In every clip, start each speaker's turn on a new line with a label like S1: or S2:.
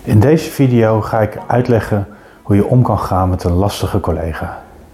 S1: In deze video ga ik uitleggen hoe je om kan gaan met een lastige collega.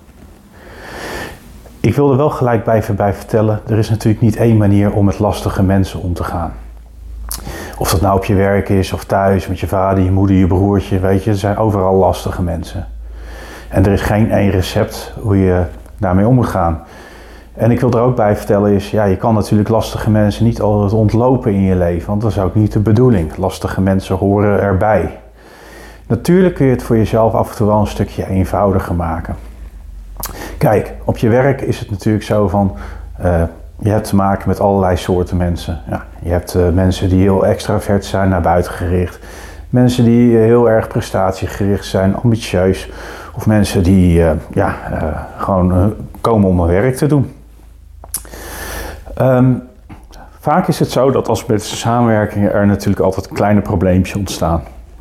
S1: Ik wil er wel gelijk bij vertellen, er is natuurlijk niet één manier om met lastige mensen om te gaan. Of dat nou op je werk is of thuis met je vader, je moeder, je broertje, weet je, er zijn overal lastige mensen. En er is geen één recept hoe je daarmee om moet gaan. En ik wil er ook bij vertellen is, ja, je kan natuurlijk lastige mensen niet altijd ontlopen in je leven, want dat is ook niet de bedoeling. Lastige mensen horen erbij. Natuurlijk kun je het voor jezelf af en toe wel een stukje eenvoudiger maken. Kijk, op je werk is het natuurlijk zo van, je hebt te maken met allerlei soorten mensen. Ja, je hebt mensen die heel extravert zijn, naar buiten gericht. Mensen die heel erg prestatiegericht zijn, ambitieus. Of mensen die gewoon komen om hun werk te doen. Vaak is het zo dat als met samenwerkingen er natuurlijk altijd kleine probleempjes ontstaan.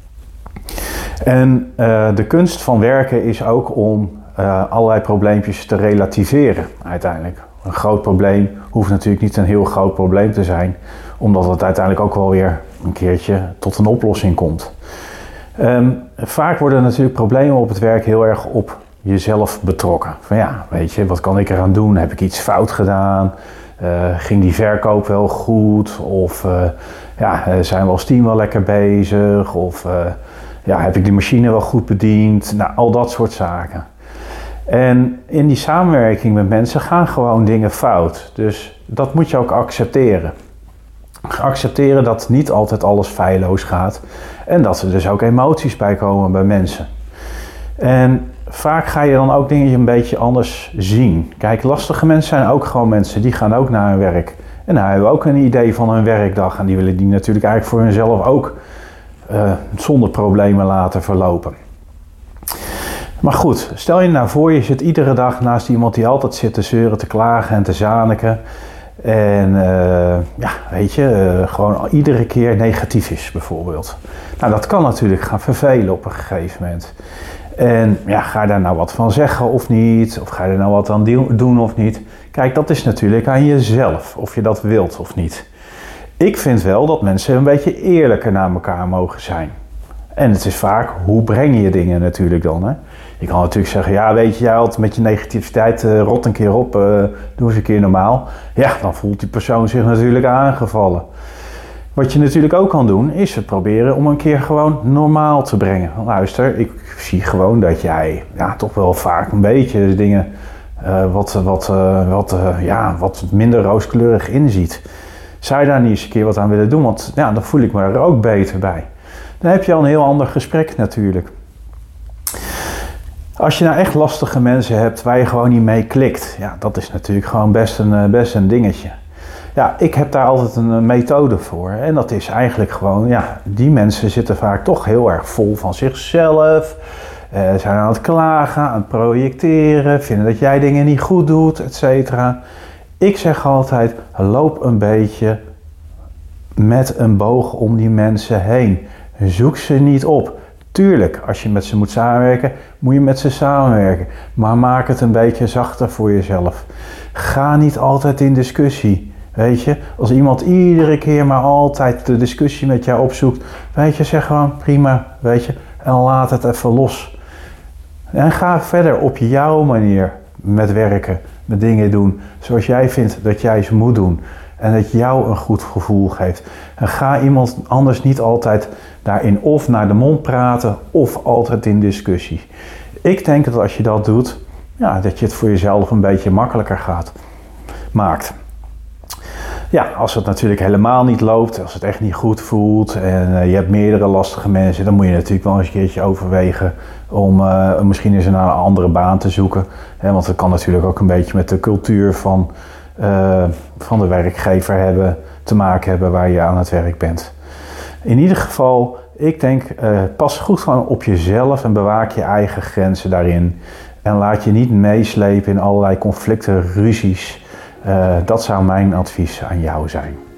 S1: En de kunst van werken is ook om allerlei probleempjes te relativeren uiteindelijk. Een groot probleem hoeft natuurlijk niet een heel groot probleem te zijn, omdat het uiteindelijk ook wel weer een keertje tot een oplossing komt. Vaak worden natuurlijk problemen op het werk heel erg op jezelf betrokken. Van ja, weet je, wat kan ik eraan doen? Heb ik iets fout gedaan? Ging die verkoop wel goed? Of zijn we als team wel lekker bezig? Of heb ik die machine wel goed bediend? Nou, al dat soort zaken. En in die samenwerking met mensen gaan gewoon dingen fout. Dus dat moet je ook accepteren. Accepteren dat niet altijd alles feilloos gaat. En dat er dus ook emoties bij komen bij mensen. En vaak ga je dan ook dingen een beetje anders zien. Kijk, lastige mensen zijn ook gewoon mensen. Die gaan ook naar hun werk. En daar hebben we ook een idee van hun werkdag. En die willen die natuurlijk eigenlijk voor hunzelf ook zonder problemen laten verlopen. Maar goed, stel je nou voor, je zit iedere dag naast iemand die altijd zit te zeuren, te klagen en te zaniken. En gewoon iedere keer negatief is bijvoorbeeld. Nou, dat kan natuurlijk gaan vervelen op een gegeven moment. En ja, ga je daar nou wat van zeggen of niet? Of ga je er nou wat aan doen of niet? Kijk, dat is natuurlijk aan jezelf, of je dat wilt of niet. Ik vind wel dat mensen een beetje eerlijker naar elkaar mogen zijn. En het is vaak, hoe breng je dingen natuurlijk dan, hè? Je kan natuurlijk zeggen, ja, weet je, jij had met je negativiteit, rot een keer op, doe eens een keer normaal. Ja, dan voelt die persoon zich natuurlijk aangevallen. Wat je natuurlijk ook kan doen, is het proberen om een keer gewoon normaal te brengen. Luister, ik zie gewoon dat jij toch wel vaak een beetje dingen wat minder rooskleurig inziet. Zou je daar niet eens een keer wat aan willen doen? Want ja, dan voel ik me er ook beter bij. Dan heb je al een heel ander gesprek natuurlijk. Als je nou echt lastige mensen hebt waar je gewoon niet mee klikt, ja, dat is natuurlijk gewoon best een dingetje. Ja, ik heb daar altijd een methode voor. En dat is eigenlijk gewoon, die mensen zitten vaak toch heel erg vol van zichzelf. Zijn aan het klagen, aan het projecteren, vinden dat jij dingen niet goed doet, etc. Ik zeg altijd, loop een beetje met een boog om die mensen heen. Zoek ze niet op. Tuurlijk, als je met ze moet samenwerken, moet je met ze samenwerken. Maar maak het een beetje zachter voor jezelf. Ga niet altijd in discussie. Weet je, als iemand iedere keer maar altijd de discussie met jou opzoekt, weet je, zeg gewoon prima, weet je, en laat het even los. En ga verder op jouw manier met werken, met dingen doen, zoals jij vindt dat jij ze moet doen. En dat jou een goed gevoel geeft. En ga iemand anders niet altijd daarin of naar de mond praten of altijd in discussie. Ik denk dat als je dat doet, dat je het voor jezelf een beetje makkelijker maakt. Ja, als het natuurlijk helemaal niet loopt, als het echt niet goed voelt en je hebt meerdere lastige mensen, dan moet je natuurlijk wel eens een keertje overwegen om misschien eens naar een andere baan te zoeken. Want het kan natuurlijk ook een beetje met de cultuur van de werkgever te maken hebben waar je aan het werk bent. In ieder geval, ik denk, pas goed gewoon op jezelf en bewaak je eigen grenzen daarin. En laat je niet meeslepen in allerlei conflicten, ruzies. Dat zou mijn advies aan jou zijn.